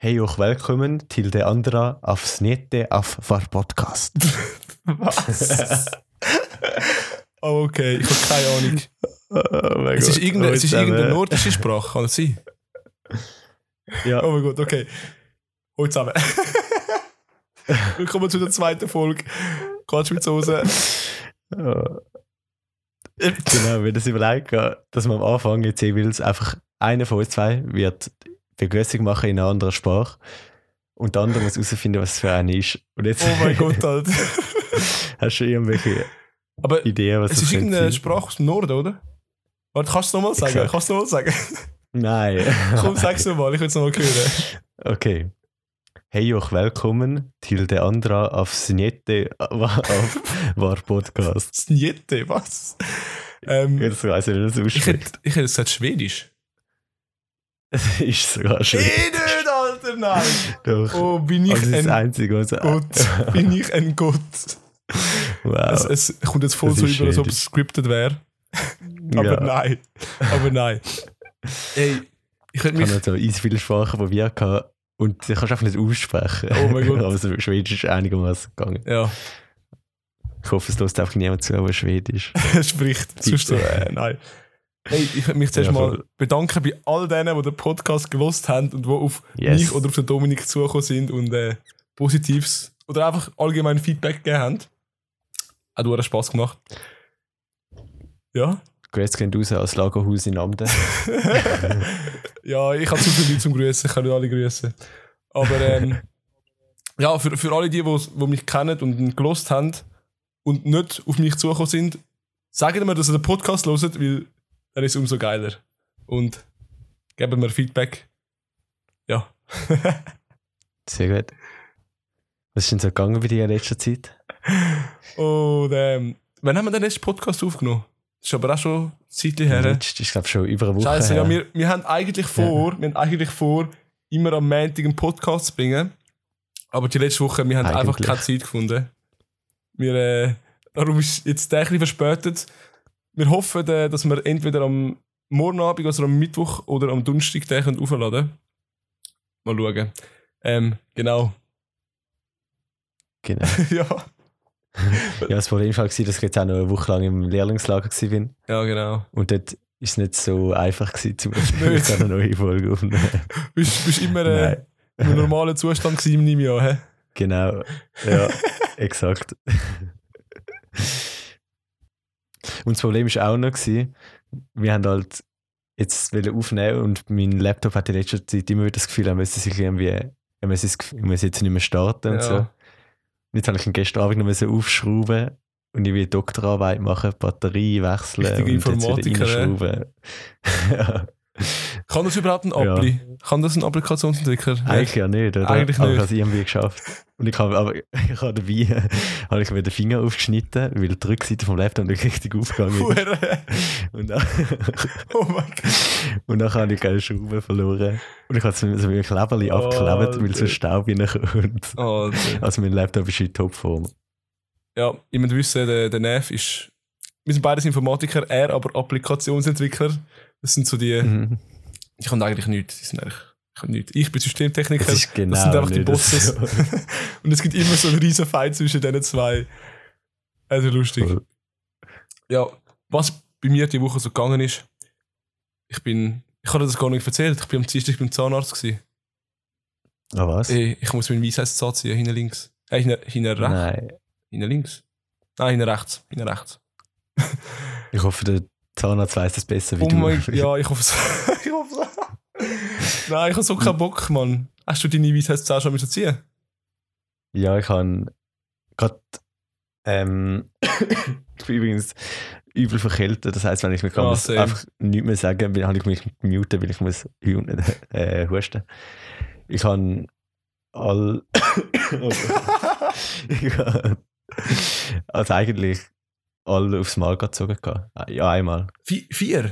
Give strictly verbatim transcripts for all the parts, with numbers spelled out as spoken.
Hej och välkommen till det andra avsnittet av vår podcast. Was? Oh, okay, ich habe keine Ahnung. Oh mein Es Gott. ist irgendeine, es ist Heute irgendeine zusammen. nordische Sprache, kann es sein? Ja, Oh mein Gott, okay. Hallo zusammen. Willkommen zu der zweiten Folge. Quatsch mit Soße. oh. Genau, wir haben das überlegt, dass wir am Anfang jetzt jeweils einfach einer von uns zwei wird Begrüßung machen in einer anderen Sprache und der andere muss herausfinden, was es für eine ist. Und jetzt Oh mein Gott, Alter. hast du schon irgendwelche Aber Ideen, was es das ist könnte irgendeine sein? Sprache aus dem Norden, oder? Warte, kannst du es nochmal sagen? Exakt. Kannst du es nochmal sagen? Nein. Komm, sag's nochmal, ich will es nochmal hören. Okay. Hej och välkommen till det andra avsnittet av vår podcast. Snjette, was? Ähm, Jetzt weiss ich nicht, wie das ich hätte ausspricht. ich hätte gesagt Schwedisch. Es ist sogar schön. Eh nicht, Alter, nein! Doch. Oh, bin ich Aber das ist das ein Einzige, was Gott. Bin ich ein Gott. Wow. Es, es kommt jetzt voll Das so ist über, als ob schwedisch. es scripted wäre. Aber ja. nein. Aber nein. Ey, ich könnte Ich mich... habe so eins viele Sprachen probiert gehabt und die kannst du einfach nicht aussprechen. Oh mein Gott. Aber so Schwedisch ist einigermaßen gegangen. Ja, Ich hoffe, es lässt einfach niemand zu, der Schwedisch. spricht. Sonst so, äh, nein. Ey, ich möchte mich zuerst Ja, mal voll. bedanken bei all denen, die den Podcast gelost haben und die auf Yes. mich oder auf den Dominik zugekommen sind und äh, Positives oder einfach allgemein Feedback gegeben haben. Hat auch Spaß gemacht. Ja. Grüße gehen raus als Lagerhaus in Amden. Ja, ich habe zu viele Leute zum Grüßen, ich kann nicht alle grüßen. Aber ähm, ja, für, für alle die, die mich kennen und gelost haben und nicht auf mich zugekommen sind, sagen mir, dass ihr den Podcast hört, weil er ist umso geiler. Und geben mir Feedback. Ja. Sehr gut. Was ist denn so gegangen bei dir in letzter Zeit? Und ähm, wann haben wir den letzten Podcast aufgenommen? Das ist aber auch schon ein Zeitchen her. Letzt, ich glaube schon über eine Woche Scheiße, her. ja, wir, wir haben eigentlich vor, wir haben eigentlich vor, immer am Montag einen Podcast zu bringen. Aber die letzte Woche, wir haben einfach Eigentlich. keine Zeit gefunden. Wir, äh, darum ist jetzt der ein bisschen verspätet. Wir hoffen, äh, dass wir entweder am Morgenabend, also am Mittwoch oder am Donnerstag den können aufladen. Mal schauen. Ähm, genau. Genau. ja. Ja, das Problem war, dass ich jetzt auch noch eine Woche lang im Lehrlingslager war. Ja, genau. Und dort war es nicht so einfach, gewesen, zum Beispiel eine neue Folge aufzunehmen. Bist, bist immer äh, Nein. im normalen Zustand gewesen, nehme ich an, hä? Genau. Ja, exakt. Und das Problem war auch noch, gewesen, wir haben halt jetzt wollen aufnehmen und mein Laptop hat in letzter Zeit immer wieder das Gefühl, er müsse sich irgendwie, er müsse, es- er müsse jetzt nicht mehr starten und Ja. so. Und jetzt habe ich ihn gestern Abend noch müssen aufschrauben und ich will Doktorarbeit machen, Batterie wechseln Richtige und jetzt Informatiker, wieder reinschrauben. ja. Kann das überhaupt ein Ja. Appli? Kann das ein Applikationsentwickler? Eigentlich ja nicht, oder? Eigentlich aber nicht. ich habe es irgendwie geschafft. Und ich habe, aber ich habe dabei habe ich mir den Finger aufgeschnitten, weil die Rückseite vom Laptop nicht richtig aufgegangen ist. Hure. Und dann, Oh mein Gott. und dann habe ich keine Schrauben verloren. Und ich habe es so mit einem Kleberli Oh, abgeklebt, weil so Alter. Staub reinkommt. Oh, Alter. Also mein Laptop ist in Topform. Ja, ihr müsst wissen, der, der Nev ist. Wir sind beides Informatiker, er aber Applikationsentwickler. Das sind so die. Mhm. Ich kann eigentlich nichts. Die sind eigentlich, ich kann nichts. Ich bin Systemtechniker. Das ist genau das sind einfach die nicht Bosses. so. Und es gibt immer so einen riesen Fight zwischen diesen zwei. Also lustig. Voll. Ja, was bei mir die Woche so gegangen ist, ich bin. Ich habe das gar nicht erzählt. Ich bin am Dienstag beim Zahnarzt gewesen. Ah, was? Ey, ich muss meinen Weisheitszahn ziehen, hinten links. Äh, hinten, hinten rechts. Nein. Hinten links. Nein, hinten rechts. Hinten rechts. Ich hoffe, der Zahnarzt weiss das besser wie Oh du. mein Gott, ja, ich hoffe es. ich hoffe es. Nein, ich habe so keinen Bock, Mann. Hast du deine Weisheitszahn schon müssen ziehen? Ja, ich habe gerade. Ähm, ich bin übrigens übel verkältet. Das heisst, wenn ich mir kann Ah, das same. einfach nichts mehr sagen, dann habe ich mich gemuten, weil ich muss hu- äh, husten. Ich habe all. Oh Gott. Ich habe also eigentlich alle aufs Mal gezogen. gehabt. Ja, einmal. Vi- Vier?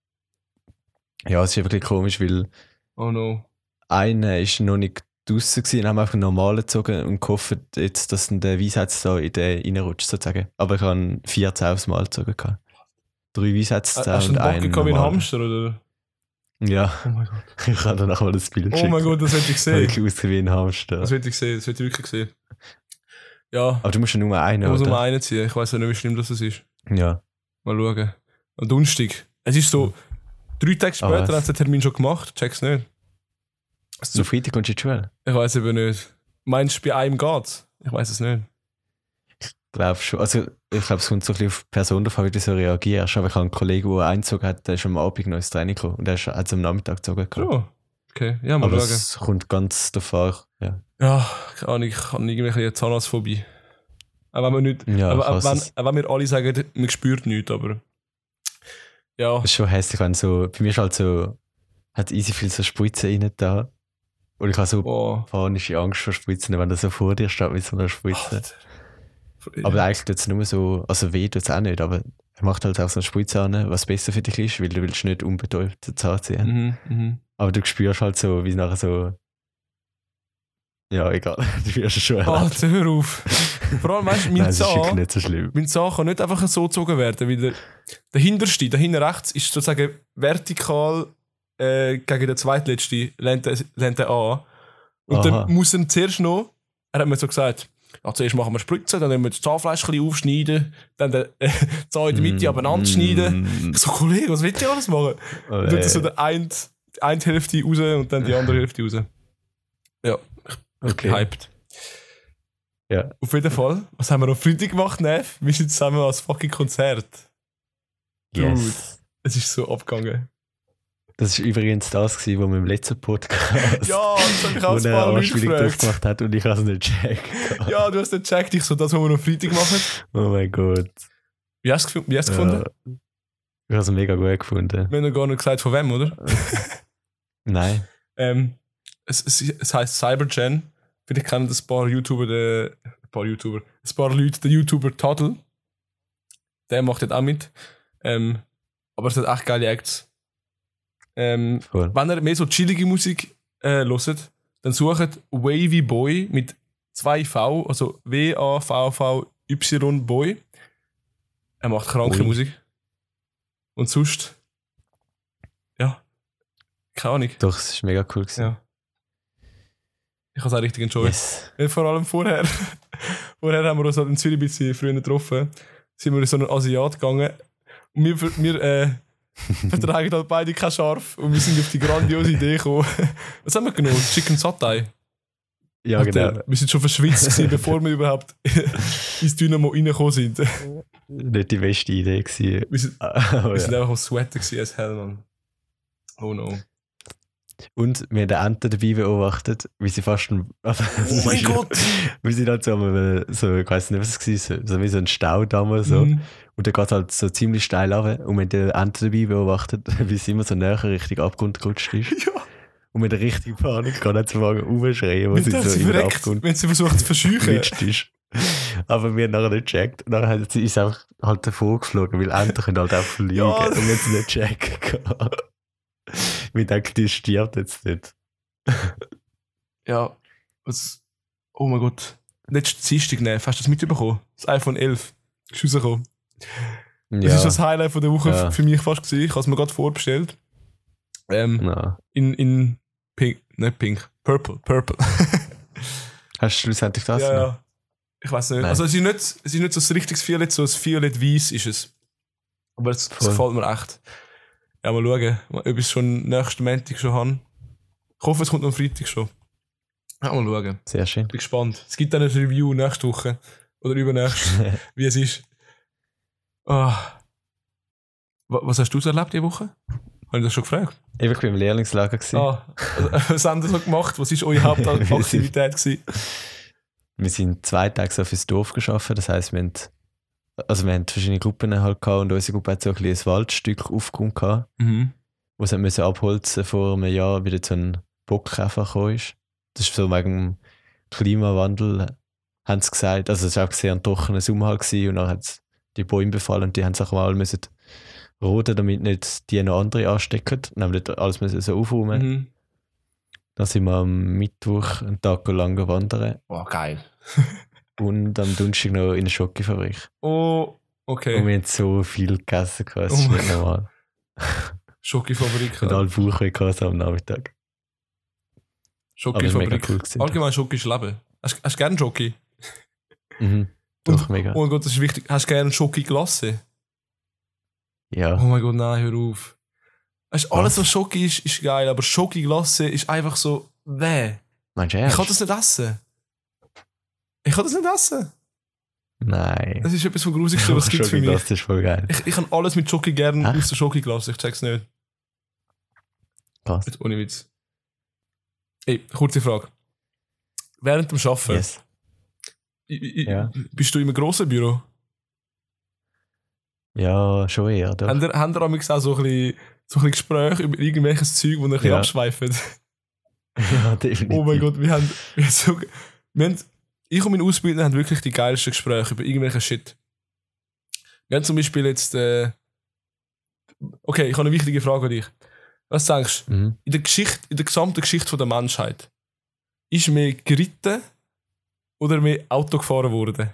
Ja, es ist wirklich komisch, weil Oh no. einer ist noch nicht draussen gewesen, haben einfach einen normalen gezogen und gehofft, jetzt, dass dann der Weisheitszahn in den reinrutscht, sozusagen. Aber ich habe vierzehn aufs Mal gezogen. gehabt. Drei Weisheitszähne Hast du und einen Bock einen gehabt wie ein normalen. Hamster, oder? Ja. Oh mein Gott. Ich kann dir nachher mal das Bild Oh schicken. mein Gott, das hätte ich gesehen. Wirklich ausgesehen wie ein Hamster. Das hätte ich gesehen, das hätte ich wirklich gesehen. Ja, Aber du musst ja nur einen, ich muss oder? nur einen ziehen. Ich weiß ja nicht, wie schlimm das ist. Ja. Mal schauen. Am Donnerstag. Es ist so, drei Tage Ah, später was? haben sie den Termin schon gemacht. Check's nicht. So Freitag kommst du in die Schule? Ich weiß eben nicht. Meinst du, bei einem geht's? Ich weiß es nicht. Ich glaube schon. Also, ich glaube, es kommt so ein bisschen auf die Person davon, wie du so reagierst. Aber ich habe einen Kollegen, der eingezogen hat, der ist am Abend noch ins Training gekommen. Und der ist also am Nachmittag gezogen. Oh, okay. Ja, mal Aber schauen. es kommt ganz davon. Ja, Ja, keine Ahnung, ich habe irgendwie eine Zahnarztphobie. Auch wenn wir nicht, ja aber auch krass. wenn, Es auch wenn wir alle sagen, man spürt nichts, aber ja. ist schon hässlich, wenn so, bei mir ist halt so, hat easy viel so Spritzen rein da. Und ich habe so Oh. panische Angst vor Spritzen, wenn er so vor dir steht mit so einer Spritze. Alter. Aber eigentlich tut es nur so, also weh tut es auch nicht, aber er macht halt auch so eine Spritze an, was besser für dich ist, weil du willst nicht unbetäubt den Zahn ziehen. Mhm, mhm. Aber du spürst halt so, wie es nachher so, ja egal, du wirst es schon erlebt. Alter, hör auf. Vor allem, weißt du, mein Nein, es ist wirklich Zahn, nicht so schlimm. mein Zahn kann nicht einfach so gezogen werden, weil der, der hinterste, der hinten rechts, ist sozusagen vertikal äh, gegen den zweitletzten, lehnt er, lehnt er an. Und Aha. dann muss er zuerst noch, er hat mir so gesagt, ja, zuerst machen wir Spritzen, dann nehmen wir das Zahnfleisch ein bisschen aufschneiden, dann den äh, Zahn in der Mitte abeinander schneiden. Mm. Ich so, Kollege, was willst du alles machen? Oh, Und dann ey. so die eine, die eine Hälfte raus und dann die andere Hälfte raus. Ja, ich Okay. bin hyped. Ja. Auf jeden Fall, was haben wir am Freitag gemacht, Nev? Wir sind zusammen als fucking Konzert. Yes. Es ist so abgegangen. Das war übrigens das, gewesen, was wir im letzten Podcast Ja, das habe ich auch wo ein er paar Leute Anspielung gefragt. durchgemacht hat und ich habe es nicht gecheckt. Ja, du hast nicht gecheckt, ich so, das, was wir am Freitag machen. Oh mein Gott. Wie hast du es wie hast du gefunden? Ja. Ich habe es mega gut gefunden. Wir haben noch gar nicht gesagt, von wem, oder? Nein. ähm, es, es, es heisst Cybergen. Vielleicht kennen das ein paar YouTuber, der, ein paar YouTuber, ein paar Leute, der YouTuber Tadl. Der macht jetzt auch mit. Ähm, aber es hat echt geile Acts. Ähm, Voll. wenn ihr mehr so chillige Musik äh, hört, dann sucht Wavy Boy mit zwei V, also W A V V Y Boy. Er macht kranke Ui. Musik. Und sonst, ja, keine Ahnung. Doch, es war mega cool. Gewesen. Ja. Ich habe es auch richtig enjoyed. Yes. Weil vor allem vorher, vorher haben wir uns halt in Zürich ein bisschen früher getroffen, sind wir in so einen Asiat gegangen und wir, wir äh, vertragen halt beide kein Scharf und wir sind auf die grandiose Idee gekommen. Was haben wir genommen? Chicken Satay. Ja, Alter, genau. Wir sind schon verschwitzt gewesen, bevor wir überhaupt ins Dynamo reingekommen sind. Nicht die beste Idee gewesen. Wir sind, Aber wir sind ja. einfach am Sweaten gewesen als hell, Mann. Oh no. Und wir haben den Ente dabei beobachtet, wie sie fast ein. Oh mein Gott! Wir sind halt so, am, so ich weiß nicht, was es war, so wie so ein Staudamm so. Mhm. Und der geht halt so ziemlich steil runter. Und wir haben den Ente dabei beobachtet, wie sie immer so näher Richtung Abgrund gerutscht ist. Ja, Und mit der richtigen Panik kann er zu fangen rumschreien, wo wir sie haben so sie in den verreckt, Abgrund wenn sie versucht zu verscheuchen. gerutscht ist. Aber wir haben nachher nicht gecheckt. Und dann hat sie ist einfach halt davor geflogen, weil Enten können halt auch fliegen. Ja. Und wir haben sie nicht gecheckt. Wir denken, die stirbt jetzt nicht. Ja, was. Oh mein Gott. Letzte Dienstag, ne? Hast du das mitbekommen? Das iPhone elf ist rausgekommen. Das Ja, ist das Highlight von der Woche Ja. für mich fast gewesen. Ich habe es mir gerade vorbestellt. Ähm, na. in, in Pink, nicht Pink, Purple, Purple. Hast du schlussendlich das ja, noch? ja. Ich weiß nicht. Nein. Also es ist nicht, es ist nicht so ein richtiges Violett, so ein Violett-Weiß ist es. Aber es, es Voll. gefällt mir echt. Ja, mal schauen, ob ich es schon nächsten Montag schon habe. Ich hoffe, es kommt am Freitag schon. Ja, mal schauen. Sehr schön. Bin gespannt. Es gibt dann ein Review nächste Woche. Oder übernächste, wie es ist. Ah. Wa- Was hast du so erlebt diese Woche? Habe ich das schon gefragt? Ich war im Lehrlingslager. gewesen. Ah, was haben Sie so gemacht? Was war eure Hauptaktivität gewesen? Wir sind zwei Tage so fürs Dorf geschaffen. Das heisst, wir haben, also wir haben verschiedene Gruppen halt gehabt und unsere Gruppe hat so ein, ein Waldstück aufgeräumt gehabt, Mhm. wo sie müssen abholzen vor einem Jahr wieder so ein Bockkäfer gekommen ist. Das ist so wegen dem Klimawandel, haben sie gesagt. Also es war auch sehr ein trockener Sommer halt gewesen, und dann hat es die Bäume befallen und die haben sich mal müssen roden, damit nicht die noch andere anstecken. Dann haben wir dort alles müssen so aufräumen. Mhm. Dann sind wir am Mittwoch einen Tag lang wandern Oh, geil. und am Donnerstag noch in eine Schokofabrik. Oh, Und okay. wir haben so viel gegessen, das Oh ist mein nicht normal. Schoki-Fabrik. Und alle Bauchweh gehabt am Nachmittag. Schoki-Fabrik. Cool Allgemein Schoki ist Leben. Hast, hast du gerne Schoki? Mhm. Doch, Und, mega. Oh mein Gott, das ist wichtig. Hast du gerne Schoki-Glasse? Ja. Oh mein Gott, nein, hör auf. Weißt, alles, was Schoki ist, ist geil, aber Schoki-Glasse ist einfach so, weh. Meinst du Ich ernst? kann das nicht essen. Ich kann das nicht essen. Nein. Das ist etwas vom Grusigsten, was es gibt für mich. Das ist voll geil. Ich, ich kann alles mit Schoki gerne Echt? aus der Schoki-Glasse. Ich check's nicht. Krass. Jetzt ohne Witz. Ey, kurze Frage. Während dem Arbeiten, Yes. i- i- Ja. bist du in einem grossen Büro? Ja, schon eher. Doch. Haben ihr, haben ihr auch so ein bisschen, so ein bisschen Gespräche über irgendwelches Zeug, wo ihr ein bisschen Ja. abschweifen? Ja, definitiv. Oh mein Gott, wir haben, wir haben so, wir haben, ich und mein Ausbildner haben wirklich die geilsten Gespräche über irgendwelchen Shit. Wir haben zum Beispiel jetzt, äh, okay, ich habe eine wichtige Frage an dich. Was denkst du, Mhm. in der Geschichte, in der gesamten Geschichte der Menschheit, ist mehr geritten oder mehr Auto gefahren worden?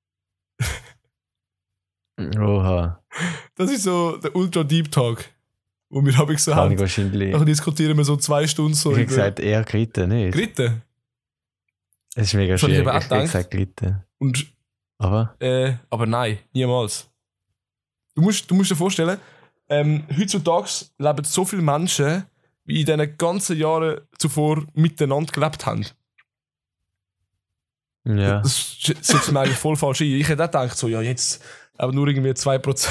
Oha. Das ist so der Ultra Deep Talk, wo wir habe ich so Kann ich haben. wahrscheinlich. Dann diskutieren wir so zwei Stunden so Ich habe gesagt, eher Gritten, nicht? geritten. Es ist mega Das habe ich schwierig. eben auch Ich habe gedacht. gesagt Gritten. Und Aber? Äh, aber nein, niemals. Du musst, du musst dir vorstellen, ähm, heutzutage leben so viele Menschen, wie in diesen ganzen Jahren zuvor miteinander gelebt haben. Ja. Das setzt mir eigentlich voll falsch ein. Ich hätte auch gedacht, so, ja, jetzt aber nur irgendwie zwei Prozent.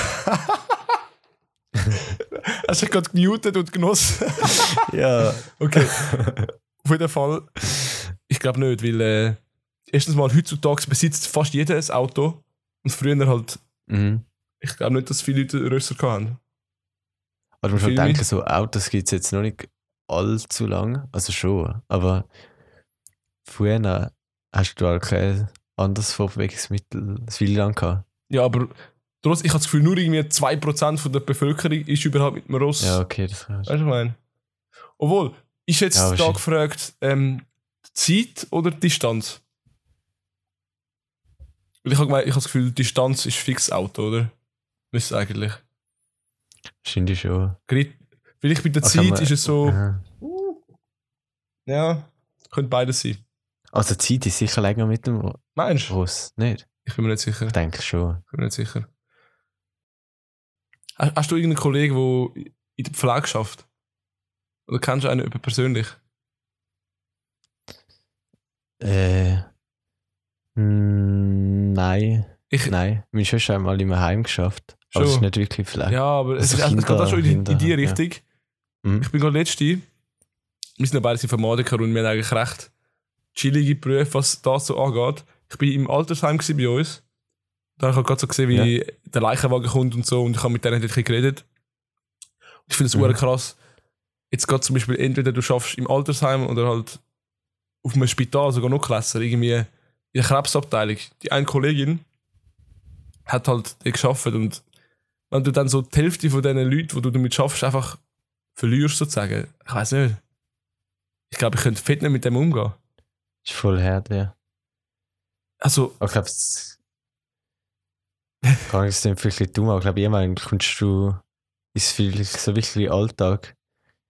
Hast du gerade gemutet und genossen? Ja. Okay. Auf jeden Fall, ich glaube nicht, weil äh, erstens mal heutzutage besitzt fast jeder ein Auto und früher halt, Mhm. ich glaube nicht, dass viele Leute Rösser hatten. Aber du musst halt Filme. denken, so Autos gibt es jetzt noch nicht allzu lange. Also schon. Aber früher hast du halt kein anderes Fortbewegungsmittel viel lang gehabt. Ja, aber trotz, ich habe das Gefühl, nur irgendwie zwei Prozent von der Bevölkerung ist überhaupt mit dem Ross. Ja, okay, das kannst Weißt du, was ich meine? Obwohl, ist jetzt Ja, da wahrscheinlich. gefragt, ähm, Zeit oder Distanz? Weil ich habe gemeint, ich habe das Gefühl, Distanz ist fix Auto, oder? Müsste eigentlich. wahrscheinlich schon. Gerade- Vielleicht bei der Ach, Zeit kann man- ist es so, Aha. ja, könnte beides sein. Also die Zeit ist sicher länger mit dem Meinst du? Ross, nicht? Ich bin mir nicht sicher. Ich denke schon. Ich bin mir nicht sicher. Hast, hast du irgendeinen Kollegen, der in der Pflege schafft? Oder kennst du einen jemanden persönlich? Äh. mm, Nein. Ich, Nein. Meine Schwester hat mal in einem Heim geschafft. Aber es ist Schon. nicht wirklich Pflege. Ja, aber es, Also es, es geht auch schon in, die- in die Kinder, ja. Richtung. Mhm. Ich bin gerade letzte. Wir sind ja beide Informatiker und wir haben eigentlich recht chillige Berufe, was das so angeht. Ich bin im Altersheim gewesen bei uns. Da habe ich gerade so gesehen, wie der Leichenwagen kommt und so, und ich habe mit denen ein bisschen geredet. Ich finde es Mhm. mhm. krass. Jetzt geht zum Beispiel entweder du schaffst im Altersheim oder halt auf einem Spital, sogar noch krasser, irgendwie in der Krebsabteilung. Die eine Kollegin hat halt dort gearbeitet, und wenn du dann so die Hälfte von diesen Leuten, die du damit schaffst, einfach verlierst sozusagen, ich weiß nicht. Ich glaube, ich könnte fett nicht mit dem umgehen. Ist voll hart, ja. Also, Aber ich glaube, es kann ich es nicht vielleicht dumm, aber ich glaube, irgendwann kommst du ist vielleicht so wirklich Alltag.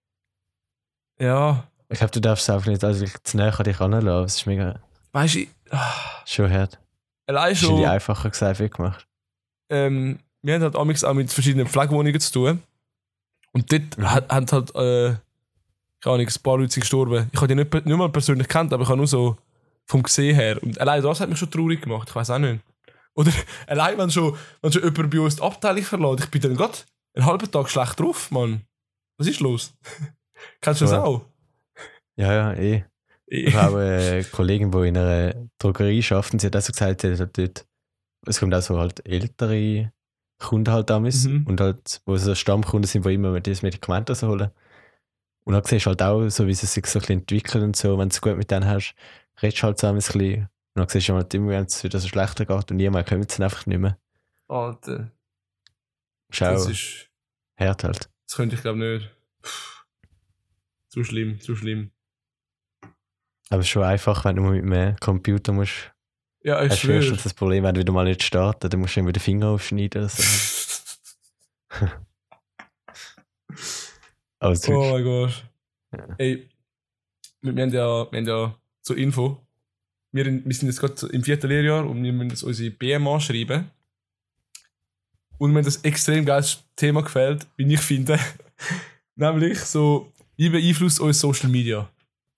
ja, Ich glaube, du darfst es auch nicht also wirklich zu näher an dich heranlassen. Es ist mega weißt du, ich- ah, schon hart. allein Das ist schon schon, einfacher gesagt wie gemacht. ähm, wir haben halt amigs auch mit verschiedenen Pflegewohnungen zu tun. Und dort Mhm. hat, haben halt, äh, keine Ahnung, ein paar Leute sind gestorben. Ich habe die nicht, nicht mal persönlich kennt, aber ich habe nur so vom Gesehen her. Und allein das hat mich schon traurig gemacht, ich weiß auch nicht. Oder allein, wenn schon, wenn schon jemand bei uns die Abteilung verlässt, ich bin dann gerade einen halben Tag schlecht drauf, Mann. Was ist los? Kennst du das Ja. auch? Ja, ja, eh. Ich habe eine Kollegin, die in einer Drogerie arbeitet, und sie hat auch so gesagt, sie hat halt dort, es kommt auch so halt ältere Kunden halt damals, Mhm. und halt, wo so Stammkunden sind, die immer mit dieses Medikament so holen. Und dann siehst du halt auch, so wie sie sich so ein bisschen entwickeln und so, wenn du es gut mit denen hast, redest du halt zusammen ein bisschen. Und dann siehst du halt immer, wenn es wieder so schlechter geht, und niemand kommt es einfach nicht mehr. Alter, Schau, das ist... hart halt. Das könnte ich glaube nicht. Puh. Zu schlimm, zu schlimm. Aber es ist schon einfach, wenn du mal mit einem Computer musst. Ja, ich Hast du schwöre. erstens das Problem, wenn du wieder mal nicht starten, dann musst du immer den Finger aufschneiden oder so. Aber es ist Oh wirklich, mein Gott. Ja. Ey, wir, wir, haben ja, wir haben ja zur Info, wir, in, wir sind jetzt gerade im vierten Lehrjahr und wir müssen jetzt unsere B M A schreiben. Und mir hat das extrem geiles Thema gefällt, wie ich finde. Nämlich so, wie beeinflusst uns Social Media?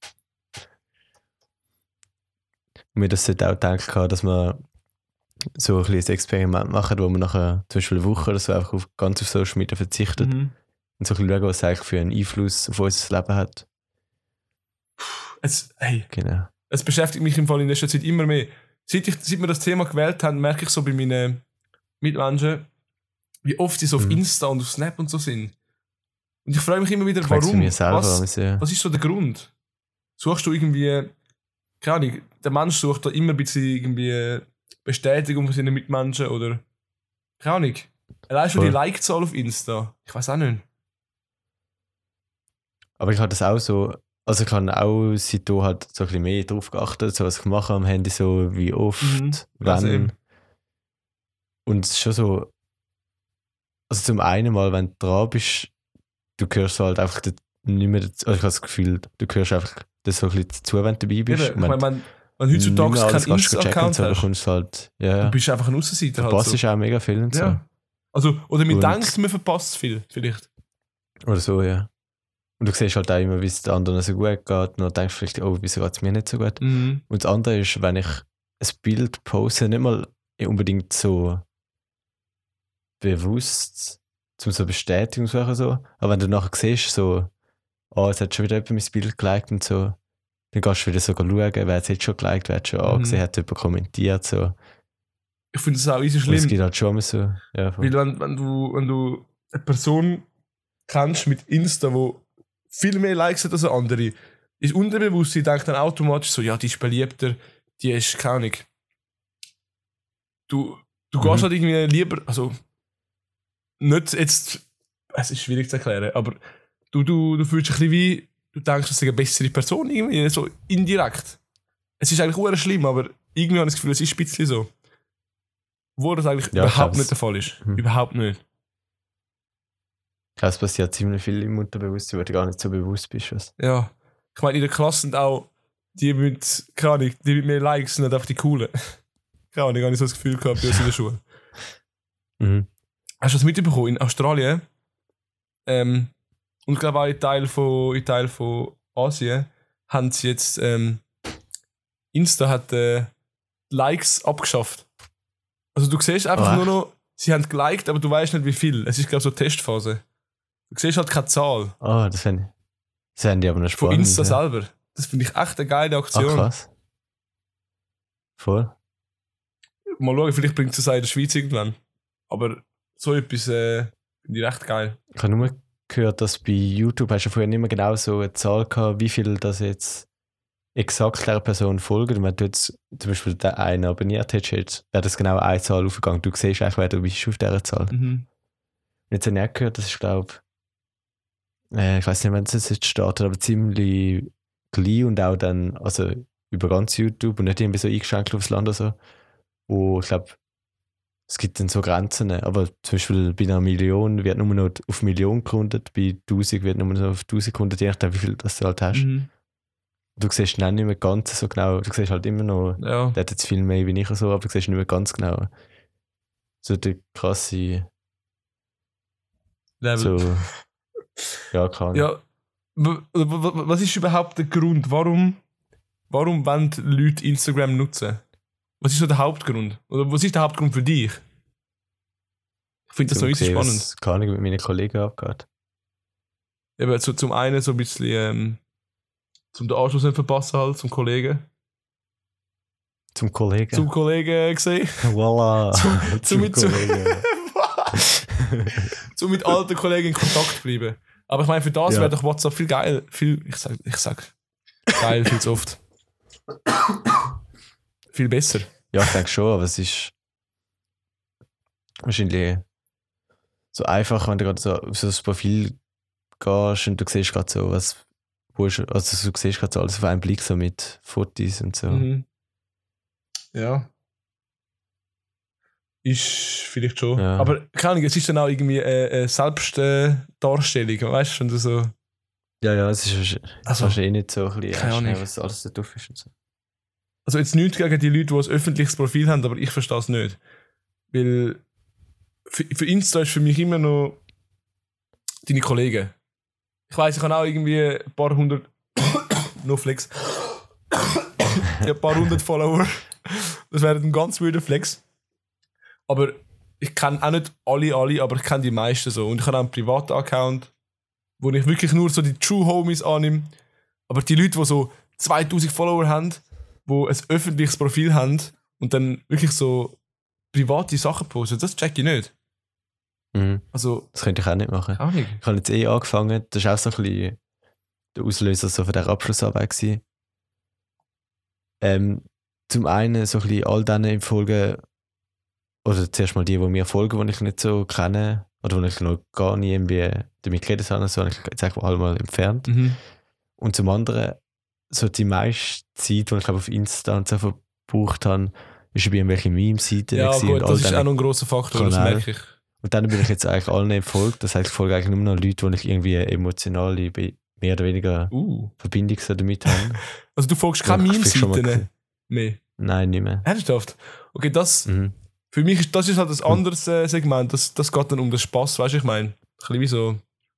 mir das sollte auch gedacht, dass wir so ein kleines Experiment machen, wo man nachher zum Beispiel eine Woche oder so einfach auf, ganz auf Social Media verzichtet Mhm. und so ein bisschen schauen, was es eigentlich für einen Einfluss auf unser Leben hat. Es, hey, Genau. es beschäftigt mich im Fall in letzter Zeit immer mehr. Seit, ich, seit wir das Thema gewählt haben, merke ich so bei meinen Mitmenschen, wie oft sie so auf Mhm. Insta und auf Snap und so sind. Und ich frage mich immer wieder, Ich merke es bei warum? mir selber. Was, Was, was ist so der Grund? Suchst du irgendwie, keine Ahnung, der Mensch sucht da immer ein bisschen irgendwie Bestätigung von seinen Mitmenschen oder, keine Ahnung, allein schon die Voll. Like-Zahl auf Insta. Ich weiß auch nicht. aber ich habe das auch so, also ich habe auch seitdem halt so ein bisschen mehr drauf geachtet, so was ich mache am Handy, so wie oft, Mhm. Also eben. wann. Und es ist schon so, also zum einen mal, wenn du dran bist, du hörst halt einfach dort nicht mehr dazu, also ich habe das Gefühl, du hörst einfach das so ein bisschen dazu, wenn du dabei bist. Eben, ich Und wenn meine, wenn, wenn heutzutage nicht mehr alles keinen kannst checken und Insta-Account so, hast, bekommst du halt, ja, du ja. bist einfach ein Aussenseiter halt Verpasst so. ist auch mega viel und so. Ja. Also, oder man Und- denkt, man verpasst viel, vielleicht. Oder so, ja. Und du siehst halt auch immer, wie es den anderen so gut geht und dann denkst du vielleicht, oh, wieso geht es mir nicht so gut? Mhm. Und das andere ist, wenn ich ein Bild poste, nicht mal unbedingt so bewusst zum so Bestätigung zu suchen, so. Aber wenn du nachher siehst, so, oh, jetzt hat schon wieder jemand mein Bild geliked und so, dann gehst du wieder so schauen, wer hat es jetzt schon geliked, wer hat schon Mhm. angesehen, hat jemand kommentiert, so. Ich finde das auch easy Und es schlimm. gibt halt schon immer so, ja, voll. Weil wenn, wenn, du, wenn du eine Person kennst mit Insta, wo viel mehr Likes hat als eine andere, ist Unterbewusstsein denkt dann automatisch so, ja, die ist beliebter, die ist keine Ahnung. Du, du Mhm. gehst halt irgendwie lieber, also nicht jetzt, es ist schwierig zu erklären, aber du, du, du fühlst dich ein bisschen wie, du denkst, das ist eine bessere Person, irgendwie so indirekt. Es ist eigentlich auch schlimm, aber irgendwie habe ich das Gefühl, es ist ein bisschen so. Wo das eigentlich Ja, ich überhaupt glaub, nicht es- der Fall ist. Mhm. Überhaupt nicht. Ich glaube, es passiert ziemlich viel im Unterbewusstsein, wo du gar nicht so bewusst bist. Was. Ja. Ich meine, in der Klasse sind auch die mit, keine Ahnung, die mit mehr Likes sind nicht einfach die coolen. Keine Ahnung, habe ich so das Gefühl gehabt bei uns in der Schule. Mhm. Hast du das mitbekommen? In Australien ähm, und ich glaube auch in Teil von, in Teil von Asien haben sie jetzt ähm, Insta hat äh, Likes abgeschafft. Also du siehst einfach Oh, nur echt? noch, sie haben geliked, aber du weißt nicht wie viel. Es ist glaube ich so eine Testphase. Du siehst halt keine Zahl Oh, das fände ich. Das fände ich aber noch von spannend. Insta ja. selber. Das finde ich echt eine geile Ah, Aktion. krass. Voll. Mal schauen, vielleicht bringt es auch in der Schweiz irgendwann. Aber so etwas äh, finde ich recht geil. Ich habe nur gehört, dass bei YouTube hast du vorher nicht mehr genau so eine Zahl gehabt, wie viel das jetzt exakt der Person folgt. Und wenn du jetzt zum Beispiel den einen abonniert hättest, wäre das genau eine Zahl aufgegangen. Du siehst eigentlich, wer du bist auf dieser Zahl. Mhm. Und jetzt habe ich auch gehört, das ist, glaube äh, ich weiß nicht, wann es jetzt startet, aber ziemlich klein und auch dann, also über ganz YouTube und nicht irgendwie so eingeschränkt aufs Land oder so. Und ich glaube, es gibt dann so Grenzen. Aber zum Beispiel bei einer Million wird nur noch auf Million gerundet, bei tausend wird nur noch auf tausend gerundet, je nachdem, wie viel das du halt hast. Mhm. Du siehst dann nicht mehr ganz so genau, du siehst halt immer noch, Ja. der hat jetzt viel mehr wie ich und so, aber du siehst nicht mehr ganz genau so die krasse, Level. so, ja, klar. Ja. w- w- w- Was ist überhaupt der Grund? Warum, warum wollen die Leute Instagram nutzen? Was ist so der Hauptgrund? Oder was ist der Hauptgrund für dich? Ich finde das so richtig spannend. Was, keine Ahnung, mit meinen Kollegen abgeht. Eben, so, zum einen so ein bisschen ähm, zum den Anschluss nicht verpassen halt, zum Kollegen. Zum Kollegen. Zum Kollegen gesehen. Voila. Zum- zum mit- zum- Kollegen. Zum mit alten Kollegen in Kontakt bleiben. Aber ich meine, für das Ja. wäre doch WhatsApp viel geil. Viel, ich sag, ich sag geil viel zu oft. Viel besser. Ja, ich denke schon, aber es ist wahrscheinlich so einfach, wenn du gerade so auf so das Profil gehst und du siehst gerade so, was, wo ist, also du siehst gerade so alles auf einen Blick so mit Fotos und so. Mhm. Ja. ist vielleicht schon. Ja. Aber keine Ahnung, es ist dann auch irgendwie eine, eine Selbstdarstellung, weißt du, wenn du so. Ja, ja, es ist wahrscheinlich, Also, wahrscheinlich nicht so ein bisschen keine Ahnung. schnell, was alles da drauf ist und so. Also jetzt nichts gegen die Leute, die ein öffentliches Profil haben, aber ich verstehe es nicht. Weil für, für Insta ist für mich immer noch deine Kollegen. Ich weiss, ich habe auch irgendwie ein paar hundert no Flex. ein paar hundert Follower. Das wäre ein ganz weirder Flex. Aber ich kenne auch nicht alle, alle, aber ich kenne die meisten so. Und ich habe auch einen privaten Account, wo ich wirklich nur so die True Homies annehme. Aber die Leute, die so zweitausend Follower haben, die ein öffentliches Profil haben und dann wirklich so private Sachen posten, das check ich nicht. Mhm. Also, Das könnte ich auch nicht machen. auch nicht. Ich habe jetzt eh angefangen, das war auch so ein bisschen der Auslöser so von der Abschlussarbeit gewesen. Ähm, zum einen so ein bisschen all denen folgen, oder zuerst mal die, die mir folgen, die ich nicht so kenne, oder die ich noch gar nie irgendwie damit geredet habe, so habe ich jetzt einfach alle mal entfernt. Mhm. Und zum anderen, so die meiste Zeit, die ich glaube auf Insta und so verbraucht habe, ist bei irgendwelchen Meme-Seiten. Ja, gewesen gut, und all das ist diesen auch noch ein grosser Faktor, das Kanäle. merke ich. Und dann bin ich jetzt eigentlich allen entfolgt. Das heißt, ich folge eigentlich nur noch Leute, die ich irgendwie eine emotionale, be- mehr oder weniger Uh. Verbindung so damit haben. Also du folgst keine Ja, ich krieg schon mal Meme-Seiten mehr? Nein, nicht mehr. Ernsthaft? Okay, das... Mhm. Für mich ist das ist halt ein anderes äh, Segment. Das, das geht dann um den Spass, weißt du, ich meine. Ein bisschen wie so.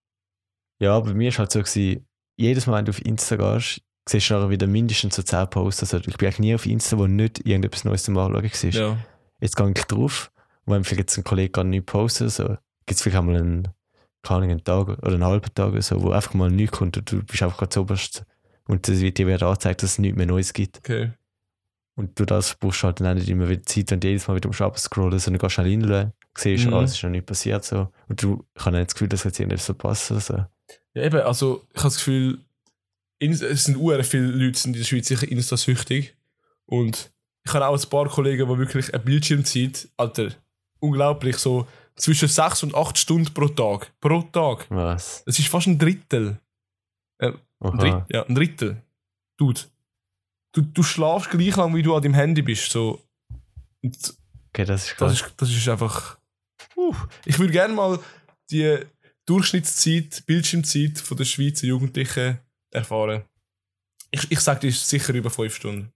Ja, bei mir war halt so, gewesen, jedes Mal, wenn du auf Insta gehst, siehst du nachher wieder mindestens so zehn Posts. Also ich bin eigentlich nie auf Insta, wo nicht irgendetwas Neues zum Anschauen war. Ja. Jetzt gehe ich drauf, und wenn vielleicht jetzt ein Kollege gar nicht postet, so, gibt es vielleicht einmal einen, keine Ahnung, einen Tag oder einen halben Tag oder so, wo einfach mal nichts kommt und du bist einfach gerade so oberst und das wird dir wieder angezeigt, dass es nichts mehr Neues gibt. Okay. Und du das brauchst du halt dann nicht immer wieder Zeit, wenn du jedes Mal wieder musst abscrollen, sondern gehst schnell rein, siehst, Mhm. ah, es ist noch nicht passiert. So. Und du ich habe nicht das Gefühl, dass jetzt irgendetwas verpasst oder so. Ja, eben, also ich habe das Gefühl, Ins- es sind sehr viele Leute sind in der Schweiz sicher Insta-süchtig. Und ich habe auch ein paar Kollegen, die wirklich eine Bildschirmzeit, Alter, unglaublich, so zwischen sechs und acht Stunden pro Tag. Pro Tag. Was? Das ist fast ein Drittel. Ein Drittel, Aha. ja, ein Drittel. Dude. Du, du schlafst gleich lang, wie du an deinem Handy bist. So. Und Okay, das ist das, krass. ist, das ist einfach. Uh, ich würde gerne mal die Durchschnittszeit, Bildschirmzeit von der Schweizer Jugendlichen erfahren. Ich, ich sage, die ist sicher über fünf Stunden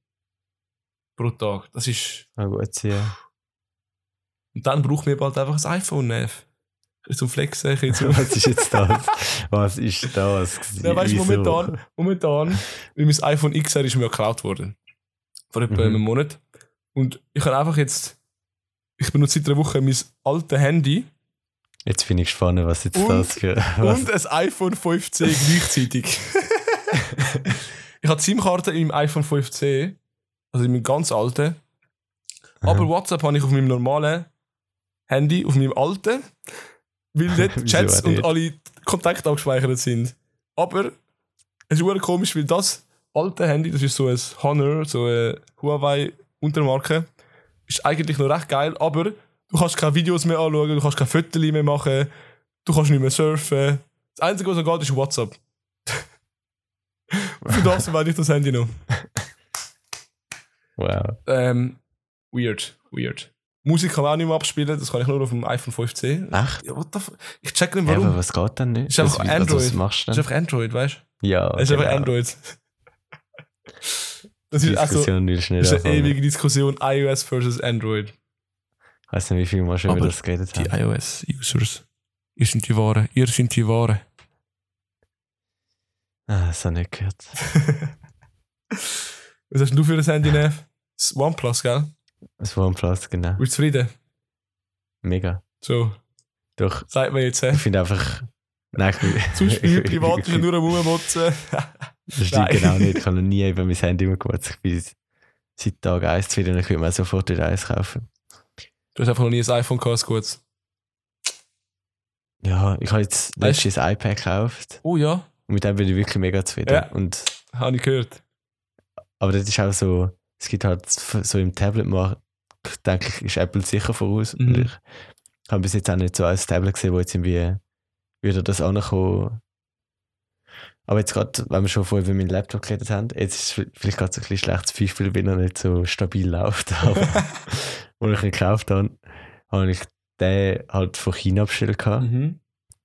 pro Tag. Das ist. Ah, gut, ja. Und dann braucht mir bald einfach ein iPhone. Ne? Zum Flexen. ein bisschen zum- Was ist jetzt das? Was ist das? Ja, weißt du, Wieso? momentan, momentan, weil mein iPhone X R ist mir ja geklaut worden. Vor etwa Mhm. einem Monat. Und ich habe einfach jetzt, ich benutze seit einer Woche mein altes Handy Jetzt bin ich gespannt, was jetzt Und- das für. Was? und ein iPhone fünf C gleichzeitig. Ich habe die SIM-Karte in meinem iPhone fünf C, also in meinem ganz alten. Aber Aha. WhatsApp habe ich auf meinem normalen Handy, auf meinem alten, weil dort Wieso Chats auch und nicht? alle Kontakte abgespeichert sind. Aber es ist wirklich komisch, weil das alte Handy, das ist so ein Honor, so eine Huawei-Untermarke, ist eigentlich noch recht geil, aber du kannst keine Videos mehr anschauen, du kannst keine Fotos mehr machen, du kannst nicht mehr surfen. Das Einzige, was noch geht, ist WhatsApp. Für das verwende ich das Handy noch. Wow. Ähm, weird, weird. Musik kann man auch nicht mehr abspielen, das kann ich nur auf dem iPhone fünf C. Echt? Ja, what the fuck? Ich check nicht Ja, warum. aber was geht denn nicht? Ist einfach was, Android. Was machst du Das denn? ist einfach Android, weißt du? Ja, Es ist einfach genau. Android. Das Die ist also Diskussion will ich nicht das ist eine anfangen. ewige Diskussion iOS versus Android. Ich weiß nicht, wie viel Mal schon Aber über das geredet Die haben. iOS-Users. Ihr sind die Ware. Ihr sind die Ware. Ah, das habe ich nicht gehört. Was hast denn du für ein Handy, Nev? Das OnePlus, gell? Das war ein Platz, genau. Bist du zufrieden? Mega. So, Doch, sagt mir jetzt, hä? ich finde einfach. Nein, ich bin. Zum Beispiel privat ist ja nur am Rummotzen. Das stimmt Nein. genau nicht. Ich habe noch nie über mein Handy umgemacht. Ich bin seit Tag eins zufrieden und ich würde mir sofort wieder eins kaufen. Du hast einfach noch nie ein iPhone gehabt, ist gut. Ja, ich habe jetzt Weißt- letztes ein iPad gekauft Oh ja, und mit dem bin ich wirklich mega zufrieden. Ja. Und, habe ich gehört. aber das ist auch so, es gibt halt so im Tablet-Markt, denke ich, ist Apple sicher voraus. Mhm. Und ich habe bis jetzt auch nicht so ein Tablet gesehen, wo jetzt irgendwie wieder das ankommen. Aber jetzt gerade, wenn wir schon vorher über meinen Laptop geredet haben, jetzt ist es vielleicht gerade so ein bisschen schlechtes Beispiel, weil er nicht so stabil läuft, aber wo ich ihn gekauft habe. habe ich den halt von China bestellt gehabt. Mhm.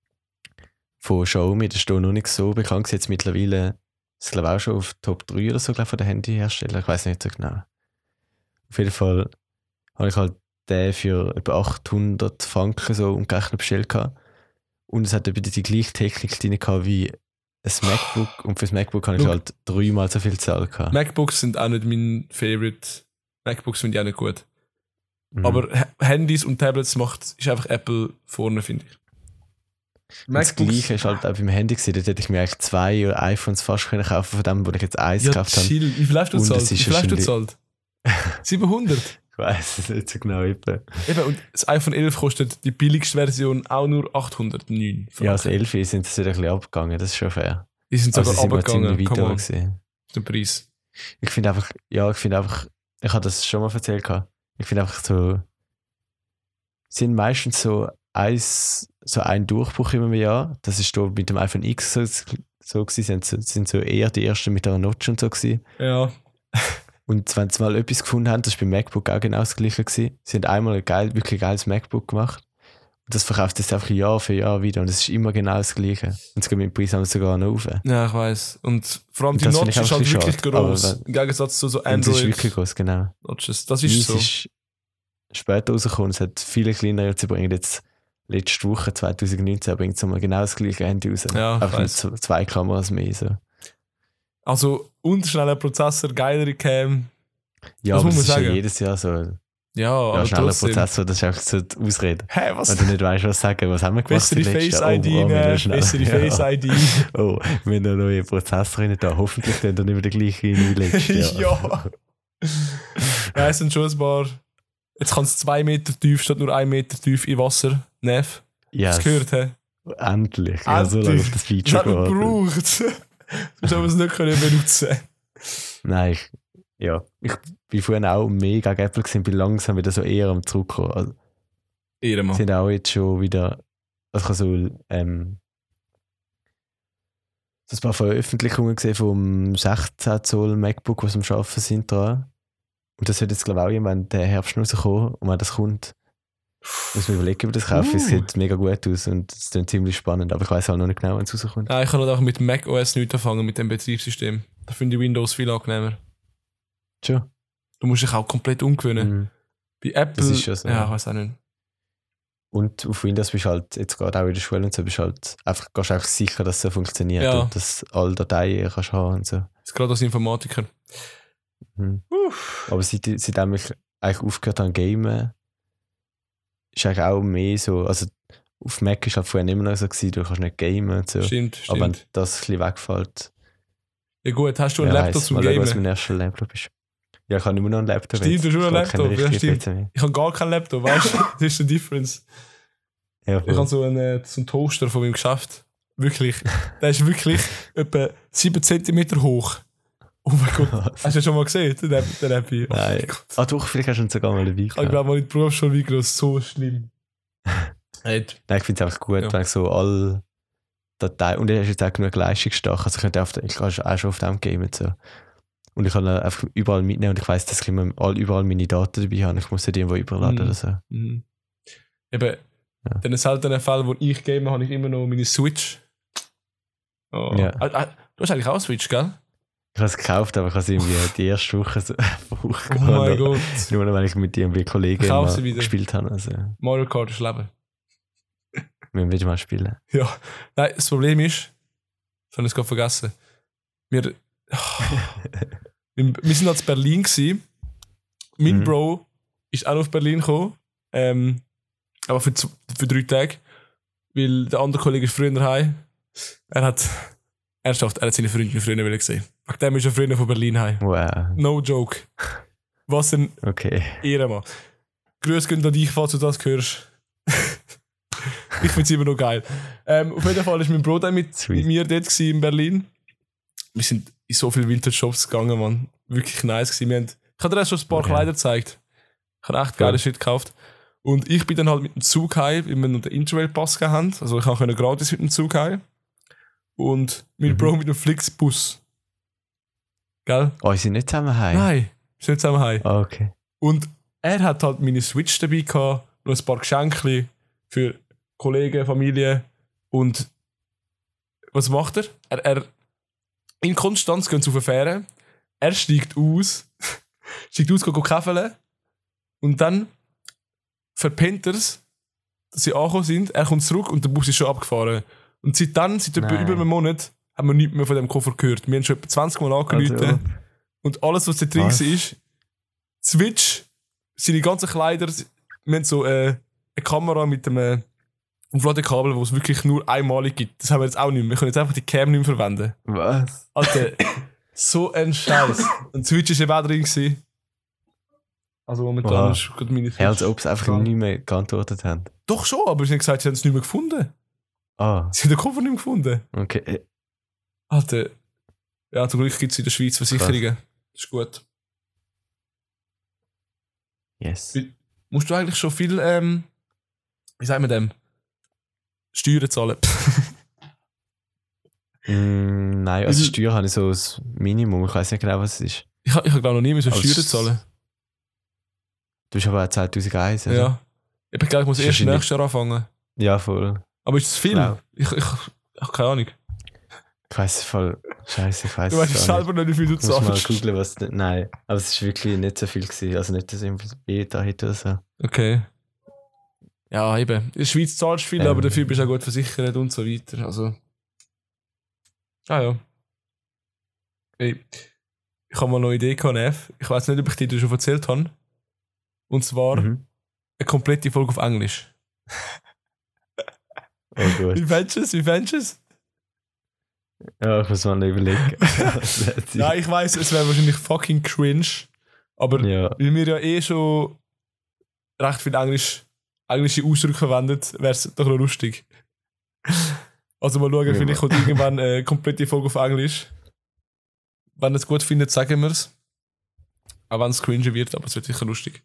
Von Xiaomi, das ist da noch nicht so bekannt. Jetzt mittlerweile ist es glaube ich auch schon auf Top drei oder so glaub, von den Handyherstellern. Ich weiß nicht so genau. Auf jeden Fall habe ich halt den für etwa achthundert Franken so umgerechnet bestellt gehabt. Und es hat etwa die gleiche Technik drin gehabt wie ein MacBook. Und für das MacBook habe ich Look. halt dreimal so viel gezahlt gehabt. MacBooks sind auch nicht mein Favorite. MacBooks finde ich auch nicht gut. Mhm. Aber H- Handys und Tablets macht, ist einfach Apple vorne, finde ich. Und das Gleiche ist halt auch beim Handy gewesen. Dort hätte ich mir eigentlich zwei iPhones fast können kaufen von dem, wo ich jetzt eins Ja, gekauft habe. chill. Wie viel hast du Und gezahlt? es Wie ist viel hast du wahrscheinlich- gezahlt? siebenhundert. Ich weiß es nicht so genau. Eben. Eben, und das iPhone elf kostet die billigste Version auch nur achthundertneun. Ja, als elf sind sie wieder ein bisschen abgegangen. Das ist schon fair. Die sind Also sogar sie sind mal runtergegangen. ziemlich weit Come on, gewesen. der Preis. Ich finde einfach, ja, ich finde einfach, ich habe das schon mal erzählt gehabt. Ich finde einfach so, sind meistens so eins, so ein Durchbruch immer im Jahr. Das ist da mit dem iPhone X so, so gewesen. Sind, so- sind so eher die ersten mit einer Notch und so gewesen. Ja. Und wenn sie mal etwas gefunden haben, das war beim MacBook auch genau das Gleiche gewesen. Sie haben einmal ein geil, wirklich geiles MacBook gemacht. Und das verkauft jetzt einfach Jahr für Jahr wieder. Und es ist immer genau das Gleiche. Und es geht mit dem Preis sogar noch rauf. Und Ja, ich weiss. Und vor allem die das finde Notch ich ist auch ein halt bisschen wirklich schade. Aber gross. wenn- Im Gegensatz zu so es ist wirklich Android-Notches. groß, genau. Das ist Meins so. ist später rausgekommen. Es hat viele kleinere. Sie bringen jetzt letzte Woche, zwanzig neunzehn, bringt es mal genau das gleiche Handy raus. Ja, ich Einfach mit weiss. z- zwei Kameras mehr. So. Also, unterschneller Prozessor, geilere Cam. Ja, Das aber muss das man ist ja sagen. jedes Jahr so. Ja, Ja, aber schneller trotzdem. Prozessor, das ist einfach so die Ausrede. Hä, was? Wenn du nicht weißt, was sagen. Was haben wir gemacht? Bessere im letzten Face-I D, Jahr? Oh, oh, wir ne? haben schnell- Bessere Ja. Face-I D. Oh, wir haben einen neuen Prozessor rein da. Hoffentlich dann dann nicht mehr der gleiche wie letztes Jahr. Ja. Ja, es sind schon ein paar. Jetzt kann es zwei Meter tief statt nur ein Meter tief in Wasser. Neff. Ja, Hast du gehört, hä? endlich. Ja, so lange auf das Das Feature hat man gewartet. gebraucht. Sonst haben wir es nicht können benutzen. Nein, ich, ja. Ich bin vorhin auch mega gegen Apple gewesen, bin langsam wieder so eher am Zurückkommen. Also, Ehrenmann. sind auch jetzt schon wieder, also ich habe so, ähm, so ein paar Veröffentlichungen gesehen vom sechzehn Zoll MacBook, was am Arbeiten sind dran. Und das wird jetzt, glaube ich, auch irgendwann der Herbst rauskommen. Und wenn das kommt, muss man überlegen, ob ich das kaufe. Uh. Es sieht mega gut aus und es ist ziemlich spannend. Aber ich weiß halt noch nicht genau, wenn es rauskommt. Ja, ich kann halt auch mit macOS nichts anfangen, mit dem Betriebssystem. Da finde ich Windows viel angenehmer. Schon. Du musst dich auch komplett umgewöhnen. Mhm. Bei Apple. Das ist schon so. Ja, ich weiß auch nicht. Und auf Windows bist du halt, jetzt gerade auch in der Schule und so, bist du halt einfach, gehst einfach sicher, dass es so funktioniert Ja. und dass du alle Dateien kannst haben und so. Das ist gerade als Informatiker. Mhm. Uff. Aber seit, seitdem ich eigentlich aufgehört habe zu gamen, ist eigentlich auch mehr so, also auf Mac ist halt vorher immer noch so gewesen, du kannst nicht gamen und so. Stimmt, Aber wenn stimmt. das ein bisschen wegfällt, Ja gut, hast du einen wer Laptop weiss, zum mal schauen, was Gamen? mein erster Laptop ist. Ja, ich habe immer noch einen Laptop. Stimmt, jetzt. du hast schon einen Ich habe keinen Laptop, ja, richtigen stimmt. P C mehr. Ich habe gar keinen Laptop, weißt du? Das ist die Difference. Ja, Ich voll. habe so einen, äh, so einen Toaster von meinem Geschäft. Wirklich. Der ist wirklich etwa sieben Zentimeter hoch. Oh mein Gott. Was? Hast du den schon mal gesehen? Den, App- den App hier? Oh mein Nein. Gott. Ah doch, vielleicht hast du ihn sogar mal dabei Ich gehabt. glaube mal in der Berufsschule wie groß, so schlimm. Hey, Nein, ich finde es einfach gut, Ja. wenn ich so alle Dateien, und er ist jetzt auch genug leistungsstark, also ich könnte auf, ich kann auch schon auf dem gamen so. Und ich kann ihn einfach überall mitnehmen und ich weiss, dass ich immer all, überall meine Daten dabei habe. Ich muss nicht irgendwo überladen Mhm. oder so. mhm. Eben, Ja. in den seltenen Fällen, wo ich game, habe ich immer noch meine Switch. Oh. Ja. Ah, ah, du hast eigentlich auch eine Switch, gell? Ich habe es gekauft, aber ich habe es irgendwie die erste Woche so Woche Oh mein nur, Gott. nur noch, weil ich mit irgendwie Kollegen Kauf mal sie wieder. gespielt habe. Also, wir Mario Kart ist Leben. müssen wieder mal spielen. Ja. Nein, das Problem ist, ich habe es gerade vergessen. Wir, wir, wir sind als Berlin gsi. Mein Mhm. Bro ist auch noch auf Berlin gekommen. Ähm, aber für, z- für drei Tage. Weil der andere Kollege ist früher heim. Er hat. Ernsthaft, er hat seine Freundin früher wieder gesehen. Wegen dem ist er früher von Berlin heim. Wow, No joke. Was ein okay. Ehrenmann. Grüß gehen an dich, falls du das hörst. Ich finde es immer noch geil. Ähm, auf jeden Fall war mein Bruder mit, Sweet. mit mir dort gewesen in Berlin. Wir sind in so viele Vintage-Shops gegangen, man. Wirklich nice gewesen. Wir haben, ich habe dir erst schon ein paar Okay. Kleider gezeigt. Ich habe echt geile Cool. Shit gekauft. Und ich bin dann halt mit dem Zug heim, weil wir noch den Interrail-Pass gehabt haben. Also ich konnte gratis mit dem Zug heim. Und mein Mhm. Bro mit dem Flixbus. Gell? Oh, sind nicht zusammen heim? Nein, wir sind nicht zusammen heim. Ah, okay. Und er hat halt meine Switch dabei gehabt noch ein paar Geschenke für Kollegen, Familie. Und was macht er? Er, er in Konstanz gehen sie auf eine Fähre. Er steigt aus, steigt aus, geht käfeln. Und dann verpennt er es, dass sie angekommen sind. Er kommt zurück und der Bus ist schon abgefahren. Und seit dann, seit etwa über einem Monat, haben wir nichts mehr von dem Koffer gehört. Wir haben schon etwa zwanzig Mal angerufen. Also. Und alles, was da drin was? war, Switch, seine ganzen Kleider, wir haben so äh, eine Kamera mit einem Aufladekabel, das es wirklich nur einmalig gibt. Das haben wir jetzt auch nicht mehr. Wir können jetzt einfach die Cam nicht mehr verwenden. Was? Alter, so ein Scheiß. Und Switch war eben auch drin gewesen. Also momentan wow. ist gerade meine Switch. Ja, als ob sie einfach nicht mehr geantwortet haben. Doch schon, aber sie haben gesagt, sie haben es nicht mehr gefunden. Ah. Sie haben den Koffer nicht mehr gefunden. Okay. Alter. Ja, zum Glück gibt es in der Schweiz Versicherungen. Das ist gut. Yes. Wie, musst du eigentlich schon viel, ähm, wie sagt man dem? Steuern zahlen? mm, nein, also Steuern habe ich so das Minimum. Ich weiß nicht genau, was es ist. Ich habe ich hab glaube noch nie mehr so also Steuern zahlen. Du bist aber auch zweitausendeins. Also. Ja. Ich glaube, ich muss erst nächstes Jahr anfangen. Ja, voll. Aber ist das viel? Genau. Ich, ich, ich habe keine Ahnung. Ich weiss voll. Scheiße, ich weiss du weißt selber nicht, wie viel du zahlst. Ich muss mal googeln, was. Nein, aber es war wirklich nicht so viel gewesen. Also nicht so wie da heute oder so. Okay. Ja, eben. In der Schweiz zahlst du viel, ähm. aber dafür bist du auch gut versichert und so weiter. Also. Ah ja. Hey. Ich habe mal eine Idee gehabt, Nev. Ich weiß nicht, ob ich dir das schon erzählt habe. Und zwar mhm. eine komplette Folge auf Englisch. Oh gut. Wie fändest du es? Wie fändest du es? Ja, ich muss mal überlegen. Ja, ich weiss, es wäre wahrscheinlich fucking cringe. Aber ja. weil wir ja eh schon recht viel Englisch, englische Ausdrücke verwendet, wäre es doch noch lustig. Also mal schauen, ja, vielleicht kommt irgendwann eine komplette Folge auf Englisch. Wenn ihr es gut findet, sagen wir es. Auch wenn es cringe wird, aber es wird sicher lustig.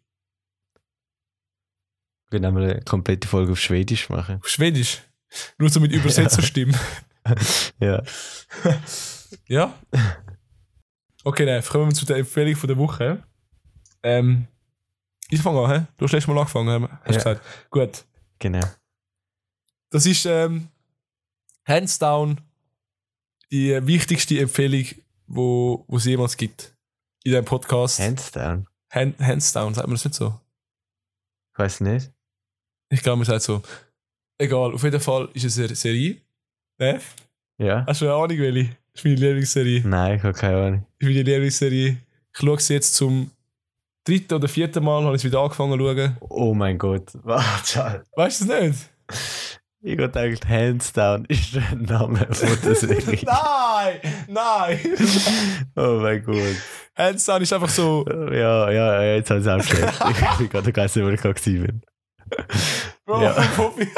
Wir können eine komplette Folge auf Schwedisch machen. Auf Schwedisch? Nur so mit Übersetzerstimmen. Ja. Ja? Okay, dann kommen wir zu der Empfehlung von der Woche. Ähm, ich fange an, he? Du hast letztes Mal angefangen, hast du ja. gesagt. Gut. Genau. Das ist ähm, hands down die wichtigste Empfehlung, wo, wo es jemals gibt. In diesem Podcast. Hands down? Hand, hands down, sagt man das nicht so? Ich weiß nicht. Ich glaube, man sagt so. Egal, auf jeden Fall ist es eine Serie. Ne? Ja. Hast du eine Ahnung, welche? Das ist meine Lieblingsserie. Nein, ich habe keine Ahnung. Das ist meine Lieblingsserie. Ich schaue sie jetzt zum dritten oder vierten Mal, habe ich es wieder angefangen zu schauen. Oh mein Gott. Warte. Weißt du es nicht? Ich habe gedacht, Hands Down ist der Name von der Serie. Nein! Nein! Oh mein Gott. Hands Down ist einfach so... Ja, ja, ja, jetzt habe ich es auch geschafft. Ich bin gerade vergessen, wo ich gerade bin. Bro, ja. Poppy.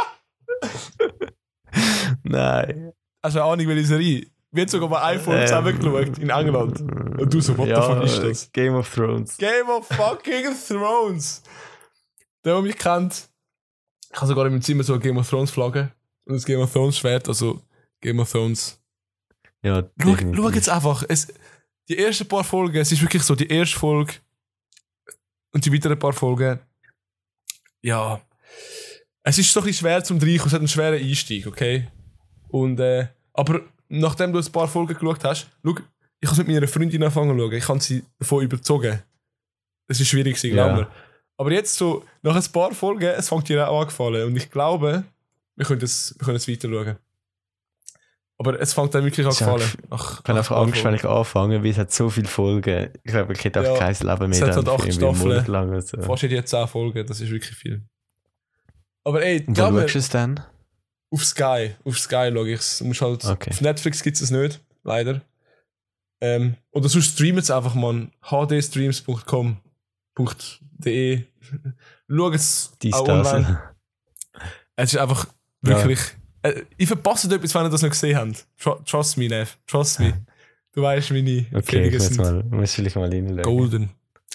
Nein. Hast du eine Ahnung, welche Serie? Wir haben sogar mal eine Folge ähm, zusammengeschaut in England. Und du so, what ja, the fuck ist das? Game of Thrones. Game of fucking Thrones! Der, der mich kennt, ich habe sogar in meinem Zimmer so eine Game of Thrones Flagge und das Game of Thrones Schwert, also Game of Thrones. Ja, schau, schau jetzt einfach, es, die ersten paar Folgen, es ist wirklich so, die erste Folge und die weiteren paar Folgen, ja, es ist so ein bisschen schwer zum Reinkommen, es hat einen schweren Einstieg, okay? Und, äh, aber nachdem du ein paar Folgen geschaut hast, schau, ich habe es mit meiner Freundin angefangen zu schauen, ich habe sie davon überzogen. Das ist schwierig gewesen, glaub mir. Ja. Aber jetzt so, nach ein paar Folgen, es fängt dir auch angefallen. Und ich glaube, wir können es, wir können es weiter schauen. Aber es fängt dann wirklich an gefallen. Ich habe einfach Angst, wenn ich anfange, weil es hat so viele Folgen. Ich glaube, ich hätte auch ja, kein Leben mehr. Es hat halt acht Staffeln. Lang so. Fast jetzt zehn Folgen, das ist wirklich viel. Aber ey, und wo schaust du es dann? Auf Sky. Auf Sky schaue ich es. Halt, okay. Auf Netflix gibt es es nicht, leider. Ähm, oder sonst streamen es einfach mal. h d streams punkt com punkt d e Schau es auch online. Es ist einfach wirklich... Ja. Äh, ich verpasse dir etwas, wenn ihr das noch gesehen habt. Trust me, Nev. Trust me. Du weißt, meine okay, ich muss, mal, muss vielleicht mal reinlegen. Golden.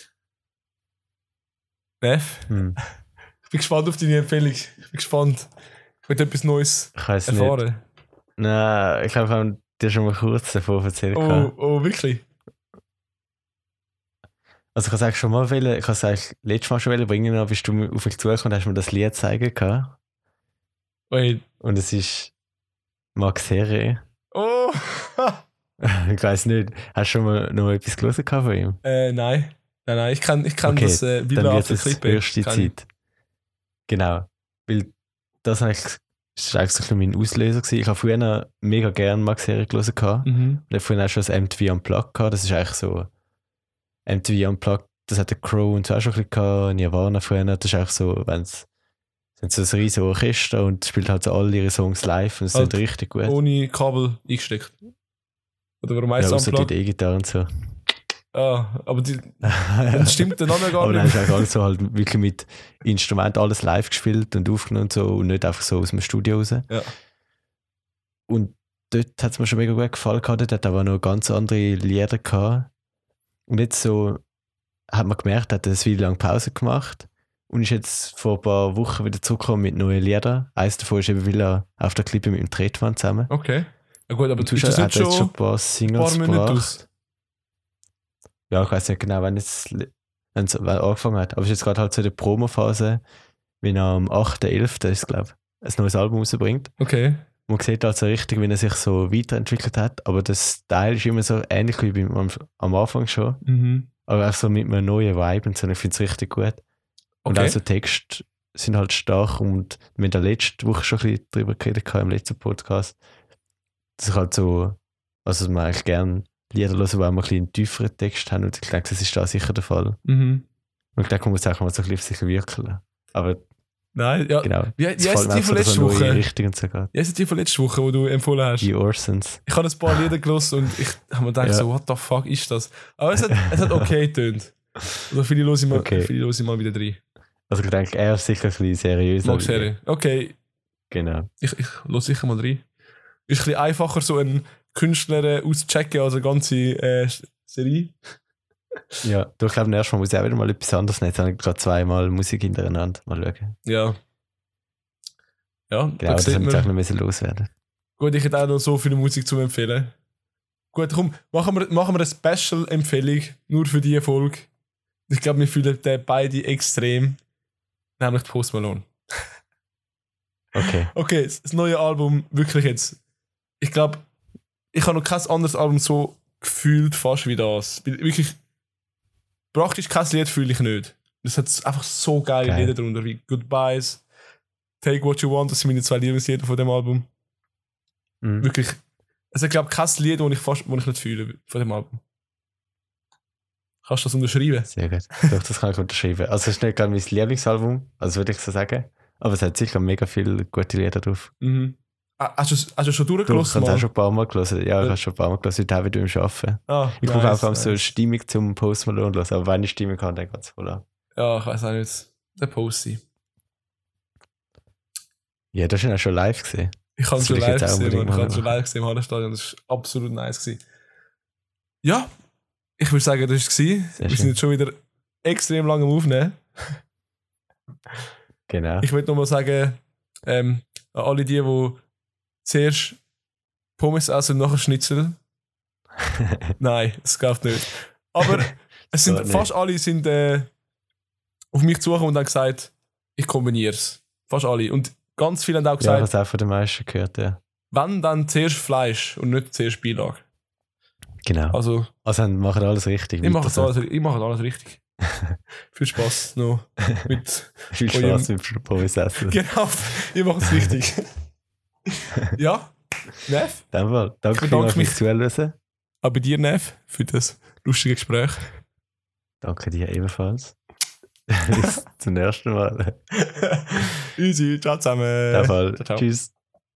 Nev? Hm. Ich bin gespannt auf deine Empfehlung. Ich bin gespannt. Ich will etwas Neues ich weiss erfahren. Nicht. Nein, ich glaube, ich habe dir schon mal kurz davon erzählt. Oh, oh, wirklich? Also ich kann es eigentlich schon mal wollen, ich kann es eigentlich letztes Mal schon wollen bringen, dann bist du auf mich zugekommen und hast mir das Lied zeigen können. Wait. Und es ist Max Herre. Oh! Ich weiß nicht, hast du schon mal noch mal etwas gelesen von ihm? äh, nein. Nein, nein, ich kann, ich kann Okay, das äh, dann Villa wird auf der es Klippe. höchste Kann Zeit. Genau. Weil das eigentlich, das war eigentlich so ein bisschen mein Auslöser gewesen. Ich habe früher noch mega gerne Max Herre gelesen gehabt. ich. Mhm. Ich habe vorhin auch schon das M T V Unplugged gehabt. Das ist eigentlich so M T V Unplugged, das hat der Crow und so auch schon ein bisschen gehabt, Nirvana früher. Das ist eigentlich so, wenn es sind so ein riesiges Orchester und spielt halt so alle ihre Songs live und es Halt sind richtig gut. Ohne Kabel eingesteckt. Oder warum Ja, heißt es außer die Unplugged? E-Gitarre und so. Ah, aber die, das stimmt der Name gar Aber dann nicht. ist eigentlich alles so halt wirklich mit Instrumenten alles live gespielt und aufgenommen und so und nicht einfach so aus dem Studio raus. Ja. Und dort hat es mir schon mega gut gefallen gehabt. Dort hat aber noch ganz andere Lieder gehabt. Und jetzt so hat man gemerkt, er hat eine Weile lang Pause gemacht und ist jetzt vor ein paar Wochen wieder zurückgekommen mit neuen Liedern. Eines davon ist eben, weil er auf der Klippe mit dem Tretmann zusammen. Okay. Ja gut, aber Und ist das hat nicht er jetzt schon schon ein paar ein Singles paar Minuten gebracht. aus? Ja, ich weiß nicht genau, wann es wenn es angefangen hat. Aber es ist jetzt gerade halt so in der Promophase, wenn er am achten elften ist, glaube ich, ein neues Album rausbringt. Okay. Man sieht halt so richtig, wie er sich so weiterentwickelt hat. Aber das Style ist immer so ähnlich wie beim, am, am Anfang schon. Mhm. Aber auch so mit einem neuen Vibe und so. Ich finde es richtig gut. Und Okay. auch so Texte sind halt stark. Und wir haben da letzte Woche schon ein bisschen drüber geredet im letzten Podcast. Dass ich halt so, also man eigentlich gerne Lieder hören, die auch mal ein bisschen einen tieferen Text haben. Und ich denke, das ist da sicher der Fall. Mhm. Und ich denke, man muss auch mal so ein bisschen auf sich wirken. Aber Nein, ja. genau. Wie, wie es heisst fällt mir die auch von so, dass letzter er neue Woche? Richtung und so geht. Wie heisst die von letzter Woche, die du empfohlen hast? Die Orsons. Ich habe ein paar Lieder gelesen und ich habe mir gedacht, Ja. so, what the fuck ist das? Aber es hat, es hat okay getönt. Also viele höre ich mal, Okay. viele höre ich mal wieder rein. Also ich denke, er ist sicher ein bisschen seriöser. Max Herre. Okay, Genau. ich, ich höre sicher mal rein. Ist ein bisschen einfacher, so einen Künstler äh, auszuchecken als eine ganze äh, Serie. Ja, du, ich glaube, erstmal muss ich auch wieder mal etwas anderes nehmen. Jetzt habe ich gerade zweimal Musik hintereinander. Mal schauen. Ja. Ja, Genau, da das sieht haben wir man. jetzt auch noch müssen loswerden. Gut, ich hätte auch noch so viel Musik zu empfehlen. Gut, komm, machen wir, machen wir eine Special-Empfehlung nur für diese Folge. Ich glaube, wir fühlen den beide extrem. Nämlich die Post Malone. Okay. Okay, das das neue Album, wirklich jetzt. Ich glaube, ich habe noch kein anderes Album so gefühlt fast wie das. Weil wirklich, praktisch kein Lied fühle ich nicht. Es hat einfach so geile Geil. Lieder drunter, wie Goodbyes, Take What You Want, das sind meine zwei Lieblingslieder von dem Album. Mhm. Wirklich. Es hat, glaube ich, kein Lied, das ich, fast, das ich nicht fühle von dem Album. Kannst du das unterschreiben? Sehr gut. Doch, das kann ich unterschreiben. Also es ist nicht gerade mein Lieblingsalbum, also würde ich so sagen. Aber es hat sicher mega viele gute Lieder drauf. Mhm. Ah, hast du hast du schon Du, ich durchgelassen? habe es auch Mal? schon ein paar Mal gelesen. Ja, ich Ja. habe schon ein paar Mal gelesen, heute auch wieder beim Arbeiten. Ah, Ich brauche nice, auch so eine nice. Stimmung zum Post Malone hören. Aber wenn ich Stimmung habe, dann geht es voll an. Ja, ich weiß auch nicht. Der Posty. Ja, das hast du ja schon live gesehen. Ich habe Das schon will ich live jetzt auch gesehen, unbedingt Mann. Ich habe mal schon live gesehen im Hallenstadion. Das war absolut nice. Gewesen. Ja, ich würde sagen, das war es. Wir Sehr sind schön. jetzt schon wieder extrem lange am Aufnehmen. Genau. Ich würde nochmal sagen, ähm, an alle die, die zuerst Pommes essen und nachher Schnitzel. Nein, das geht nicht. Aber es sind, Geht nicht. fast alle sind äh, auf mich zugekommen und haben gesagt, ich kombiniere es. Fast alle. Und ganz viele haben auch Ja, ich gesagt, habe es auch von den meisten gehört, ja. wenn, dann zuerst Fleisch und nicht zuerst Beilage. Genau. Also, Also wir machen alles richtig. ich mache Weiter alles, ich mache alles richtig. Viel Spaß noch mit. Viel eurem- Spaß mit Pommes essen. Genau, ich mache es richtig. Ja, Neff, In dem Fall. Danke Ich bedanke vielmals mich. fürs Zuhören. auch bei dir, Neff, für das lustige Gespräch. Danke dir ebenfalls. Bis zum nächsten Mal. Easy, ciao zusammen. In dem Fall. Ciao, ciao. Tschüss.